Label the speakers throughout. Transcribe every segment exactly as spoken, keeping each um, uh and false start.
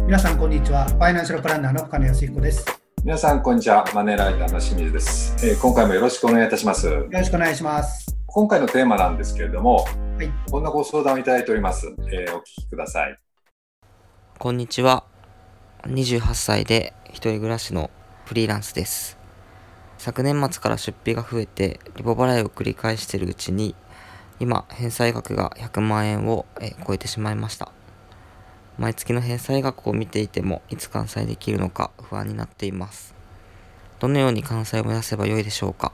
Speaker 1: 皆さんこんにちは。ファイナンシャルプランナーの深野康彦です。
Speaker 2: 皆さんこんにちは。マネーライターの清水です、えー、今回もよろしくお願いいたします。よ
Speaker 1: ろしくお願いします。
Speaker 2: 今回のテーマなんですけれども、
Speaker 1: はい、
Speaker 2: こんなご相談をいただいております、えー、お聞きください。
Speaker 3: こんにちは。にじゅうはっさいで一人暮らしのフリーランスです。昨年末から出費が増えてリボ払いを繰り返しているうちに、今返済額がひゃくまんえんを超えてしまいました。毎月の返済額を見ていても、いつ完済できるのか不安になっています。どのように完済を目指せばよいでしょうか。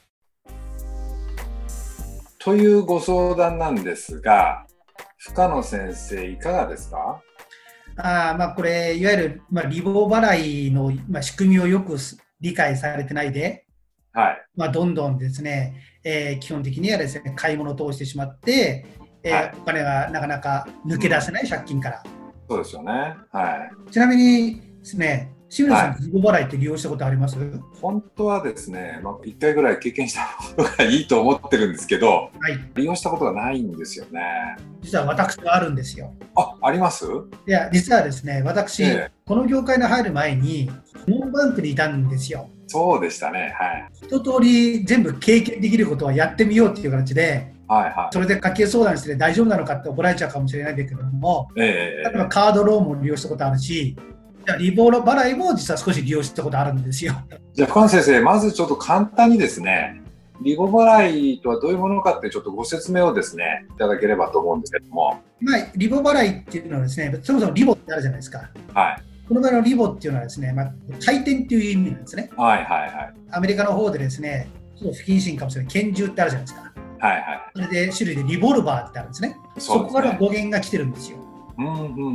Speaker 2: というご相談なんですが、深野先生いかがですか？
Speaker 1: あまあこれいわゆる、まあ、リボ払いの、まあ、仕組みをよく理解されてないで、はいまあ、どんどんですね、えー、基本的にはですね買い物を通してしまって、えーはい、お金がなかなか抜け出せない、うん、借金から。
Speaker 2: そうですよね。はい。
Speaker 1: ちなみにですね、清水さん、はい、リボ払いって利用したことあります？
Speaker 2: 本当はですね、まあ、いっかいぐらい経験した方がいいと思ってるんですけど、はい、利用したことがないんですよね。
Speaker 1: 実は私はあるんですよ。
Speaker 2: あ、あります？
Speaker 1: いや、実はですね、私、えー、この業界に入る前に、ホームバンクにいたんですよ。
Speaker 2: そうでしたね。はい。
Speaker 1: 一通り全部経験できることはやってみようっていう形で、はいはい、それで家計相談して大丈夫なのかって怒られちゃうかもしれないんだけども、えー、例えばカードローンも利用したことあるし、リボ払いも実は少し利用したことあるんですよ。
Speaker 2: じゃあ深野先生、まずちょっと簡単にですね、リボ払いとはどういうものかってちょっとご説明をですねいただければと思うんですけども。
Speaker 1: まあ、リボ払いっていうのはですね、そもそもリボってあるじゃないですか。はい。この場合のリボっていうのはですね、まあ、回転っていう意味なんですね。はいはいはい。アメリカの方でですね、ちょっと不謹慎かもしれない拳銃ってあるじゃないですか。はいはい。それで種類でリボルバーってあるんですね。そうですね。そこから語源が来てるんですよ。うんうんうんうん。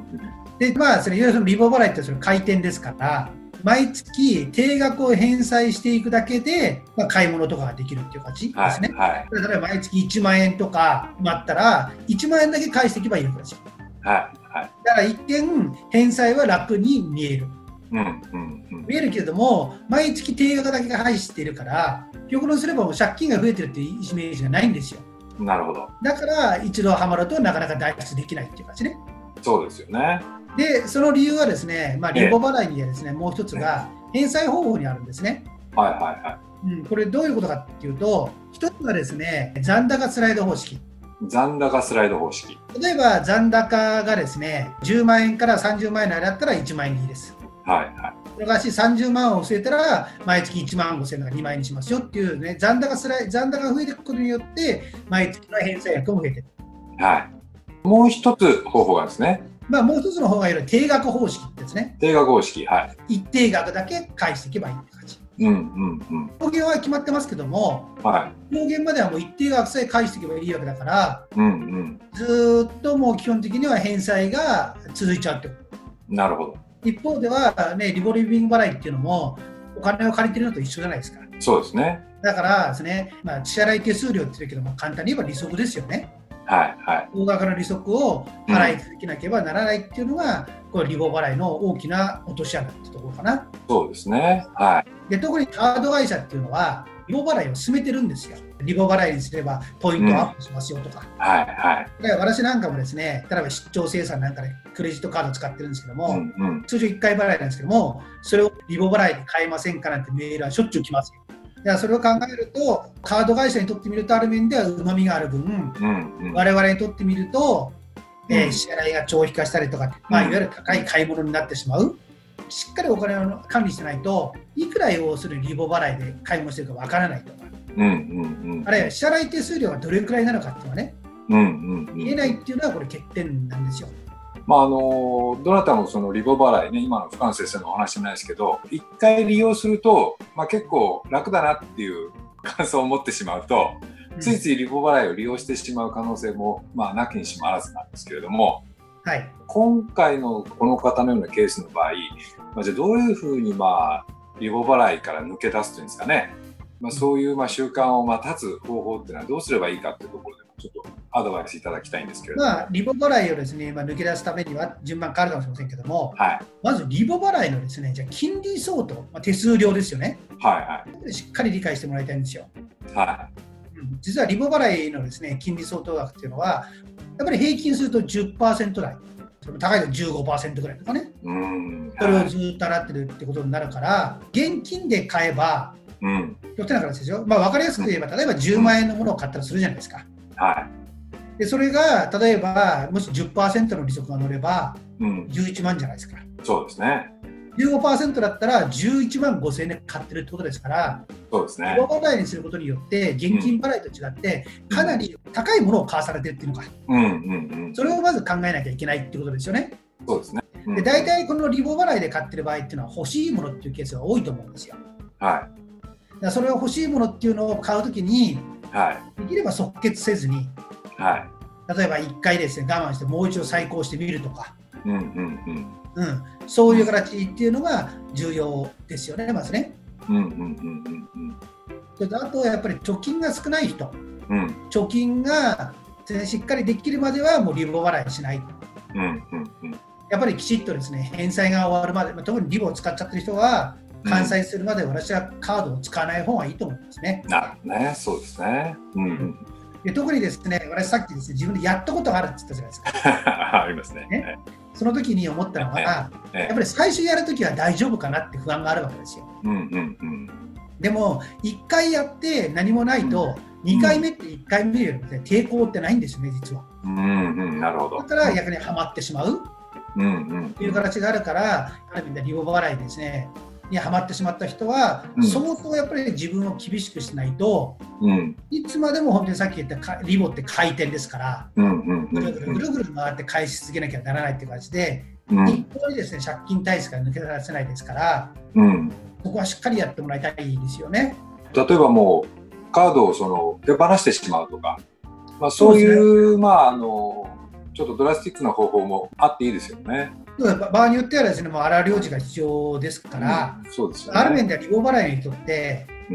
Speaker 1: で、まあ、それいわゆるそのリボ払いってその回転ですから、毎月定額を返済していくだけで、まあ、買い物とかができるっていう感じですね。はいはい、例えば毎月いちまんえんとかあったら、いちまんえんだけ返していけばいいわけですよ。はいはい、だから一見、返済は楽に見える。うんうんうん、見えるけれども、毎月定額だけが返しているから、極論すればもう借金が増えてるっていうイメージがないんですよ。なるほど。だから一度ハマるとなかなか脱出できないっていう感じね。そうですよね。で、その理由はですね、まあ、リボ払いにはですね、えー、もう一つが返済方法にあるんですね。はいはいはい。うん、これどういうことかっていうと、一つはですね、残高スライド方式。残高スライド方式。例えば残高がですね、じゅうまんえんからさんじゅうまんえんの間だったらいちまんえんでいいです。はいはい。それがしさんじゅうまんを据えたら毎月いちまんごせんえんがにまんえんにしますよっていうね、残高スライ残高が増えていくことによって毎月の返済額も増えていく。はい。もう一つ方法がですね。まあ、もう一つの方がいわゆる定額方式ですね。定額方式、はい。一定額だけ返していけばいいって感じ。うんうんうん。上限は決まってますけども、はい。上限まではもう一定額さえ返していけばいいわけだから、うんうん、ずっともう基本的には返済が続いちゃうってこと。なるほど。一方ではね、リボルビング払いっていうのもお金を借りてるのと一緒じゃないですか。そうですね。だからですね、まあ、支払い手数料って言うけども簡単に言えば利息ですよね。はいはい、大額の利息を払い続けなければならないっていうのが、うん、これリボ払いの大きな落とし穴ってところかな。そうですね、はい、で特にカード会社っていうのはリボ払いを進めてるんですよ。リボ払いにすればポイントアップしますよとか、うん、はいはい、だから私なんかもですね、例えば出張生産なんかでクレジットカードを使ってるんですけども、うんうん、通常いっかい払いなんですけども、それをリボ払いに変えませんかなんてメールはしょっちゅう来ますよ。だからそれを考えると、カード会社にとってみるとある面ではうまみがある分、うんうん、我々にとってみると、えー、支払いが長期化したりとか、まあ、いわゆる高い買い物になってしまう。しっかりお金を管理してないと、いくら要するリボ払いで買い物してるかわからないとか、うんうんうん、あるいは支払い手数料がどれくらいなのかっていうのはね、うんうんうん、見えないっていうのはこれ欠点なんですよ。まあ、あのどなたもそのリボ払いね、今の深野先生のお話じゃないですけど、いっかい利用すると、まあ、結構楽だなっていう感想を持ってしまうと、うん、ついついリボ払いを利用してしまう可能性も、まあ、なきにしもあらずなんですけれども、はい、今回のこの方のようなケースの場合、まあ、じゃあどういうふうに、まあ、リボ払いから抜け出すというんですかね、まあ、そういうまあ習慣をまあ断つ方法っていうのはどうすればいいかっていうところでちょっとアドバイスいただきたいんですけれども、まあ、リボ払いをですね、まあ、抜け出すためには順番変わるかもしれませんけども、はい、まずリボ払いのですね、じゃあ金利相当、まあ、手数料ですよね、はいはい、しっかり理解してもらいたいんですよ。はい、うん、実はリボ払いのですね、金利相当額っていうのはやっぱり平均すると じゅっパーセント 台、 高いと じゅうごパーセント ぐらいとかね、うん、それをずっと払ってるってことになるから、現金で買えば、うん、よってなからですよ、まあ、分かりやすく言えば、例えばじゅうまんえんのものを買ったらするじゃないですか。はい、でそれが例えばもし じゅっパーセント の利息が乗れば、うん、じゅういちまんじゃないですか。
Speaker 2: そうですね。
Speaker 1: じゅうごパーセント だったらじゅういちまんごせんえんで買ってるってことですから、
Speaker 2: そうですね。
Speaker 1: リボ払いにすることによって現金払いと違ってかなり高いものを買わされてるっていうのか、うんうんうん、それをまず考えなきゃいけないっていうことですよね。
Speaker 2: そうですね。うん、
Speaker 1: で大体このリボ払いで買ってる場合っていうのは欲しいものっていうケースが多いと思うんですよ。はい、だからそれを欲しいものっていうのを買うときに、はい、できれば即決せずに、はい、例えばいっかいですね我慢してもう一度再考してみるとか、うんうんうんうん、そういう形っていうのが重要ですよね、まずね。うんうんうんうんうん、あとやっぱり貯金が少ない人、うん、貯金がしっかりできるまではもうリボ払いしない、うんうんうん、やっぱりきちっとですね返済が終わるまで、特にリボを使っちゃってる人は完済するまで私はカードを使わない方がいいと思いますね。
Speaker 2: なるほどね、そうですね。うんうん、
Speaker 1: で特にですね、私さっきですね自分でやったことがあるって言ったじゃないですか。
Speaker 2: ありますね。
Speaker 1: ね、その時に思ったのは、やっぱり最初やるときは大丈夫かなって不安があるわけですよ。うんうんうん、でもいっかいやって何もないと、うん、にかいめっていっかいめよりも、ね、抵抗ってないんですよね、実は。うんうん、なるほど。だから逆にはまってしまうという形があるから、ある意味でリボ払いですねにはまってしまった人は、うん、相当やっぱり自分を厳しくしないと、うん、いつまでも本当にさっき言ったリボって回転ですから、ぐるぐるぐるぐる回って返し続けなきゃならないっていう感じで、うん、一向にですね借金体質が抜け出せないですから、うん、そこはしっかりやってもらいたいですよね。
Speaker 2: 例えばもうカードをその手放してしまうとか、まあ、そういう、そうですね、まああのちょっとドラスティックな方法もあっていいですよね。
Speaker 1: 場合によってはですね、もう荒領事が必要ですから、うん、そうですよね、ある面ではリボ払いにとって、うん、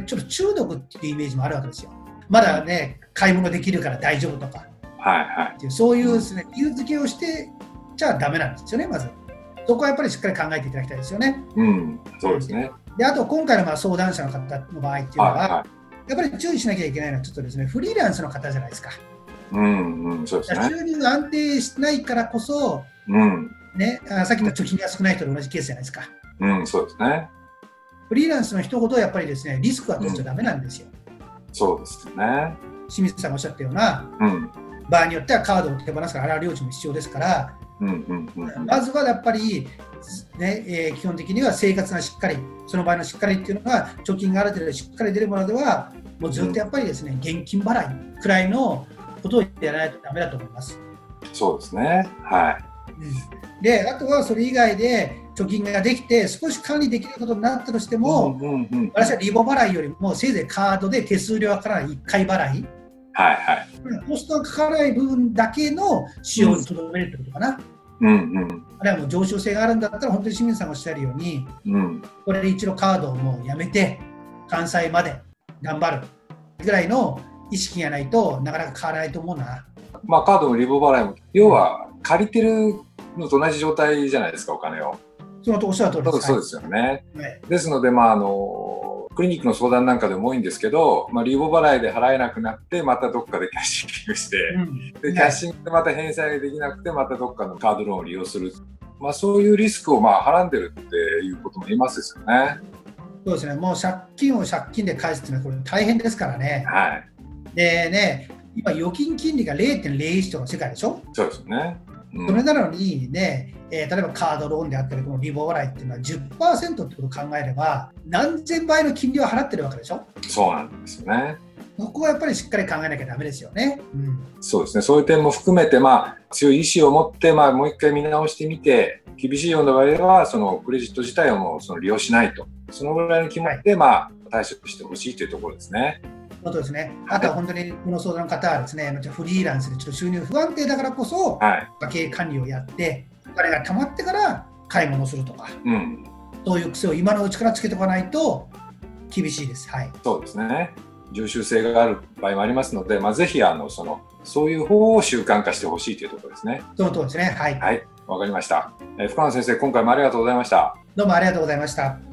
Speaker 1: ちょっと中毒っていうイメージもあるわけですよ。まだね、買い物できるから大丈夫とか、はいはい、そういうですね、理由付けをしてちゃダメなんですよね、まず。そこはやっぱりしっかり考えていただきたいですよね。うん、そうですね。で、あと今回のまあ相談者の方の場合っていうのは、はいはい、やっぱり注意しなきゃいけないのはちょっとですね、フリーランスの方じゃないですか。うんうん、そうですね。収入が安定しないからこそ、うんね、あさっき言った貯金が少ない人と同じケースじゃないですか。
Speaker 2: うん、そうですね。
Speaker 1: フリーランスの人ほどやっぱりですね、リスクは取っちゃダメなんですよ。うん、
Speaker 2: そうですね。
Speaker 1: 清水さんがおっしゃったような、うん、場合によってはカードを手放すから荒領事も必要ですから、うんうんうんうん、まずはやっぱり、ねえー、基本的には生活がしっかり、その場合のしっかりっていうのが貯金がある程度しっかり出るものでは、もうずっとやっぱりですね、うん、現金払いくらいのことをやらないとダメだと思います。
Speaker 2: そうですね。はい。
Speaker 1: うん、であとはそれ以外で貯金ができて少し管理できることになったとしても、うんうんうん、私はリボ払いよりもせいぜいカードで手数料がかからないいっかい払い、はいはい、コストがかからない部分だけの使用にとどめるってことかな。うんうん、あれはもう常習性があるんだったら本当に清水さんがおっしゃるように、うん、これで一度カードをもうやめて完済まで頑張るぐらいの意識がないとなかなか変わらないと思うな。
Speaker 2: まあ、カードのリボ払いも要は借りてるのと同じ状態じゃないですか、お金を。
Speaker 1: そのとおっしゃる通りです。
Speaker 2: そうですよね。はい、ですので、まあ、あのクリニックの相談なんかでも多いんですけど、まあ、リボ払いで払えなくなってまたどっかでキャッシングして、うん、でキャッシングでまた返済できなくてまたどっかのカードローンを利用する、まあ、そういうリスクをまあはらんでるっていうことも言いますですよね。
Speaker 1: そうですね。もう借金を借金で返すっていうのはこれ大変ですからね。はい。でね、今預金金利が ゼロてんゼロいち とかの世界でしょ。
Speaker 2: そうですね。うん、
Speaker 1: それなのにね、えー、例えばカードローンであったりこのリボ払いっていうのは じゅっパーセント ってことを考えれば何千倍の金利を払ってるわけでしょ。
Speaker 2: そうなんですよね。
Speaker 1: ここはやっぱりしっかり考えなきゃダメですよね。うん、
Speaker 2: そうですね。そういう点も含めて、まあ、強い意志を持って、まあ、もう一回見直してみて、厳しいような場合はそのクレジット自体をもうその利用しないと、そのぐらいの気持ちで、はい、まあ、対処してほしいというところですね。
Speaker 1: そうですね。あとは本当にこの相談の方はですね、フリーランスでちょっと収入不安定だからこそ、はい、家計管理をやって、お金が貯まってから買い物するとか、うん、そういう癖を今のうちからつけておかないと厳しいです。はい。そうですね。
Speaker 2: 常習性がある場合もありますので、まあ、ぜひあのそのそういう方を習慣化してほしいというところですね。
Speaker 1: その通りですね。はい。
Speaker 2: はい、わかりました。えー、深野先生、今回もありがとうございました。
Speaker 1: どうもありがとうございました。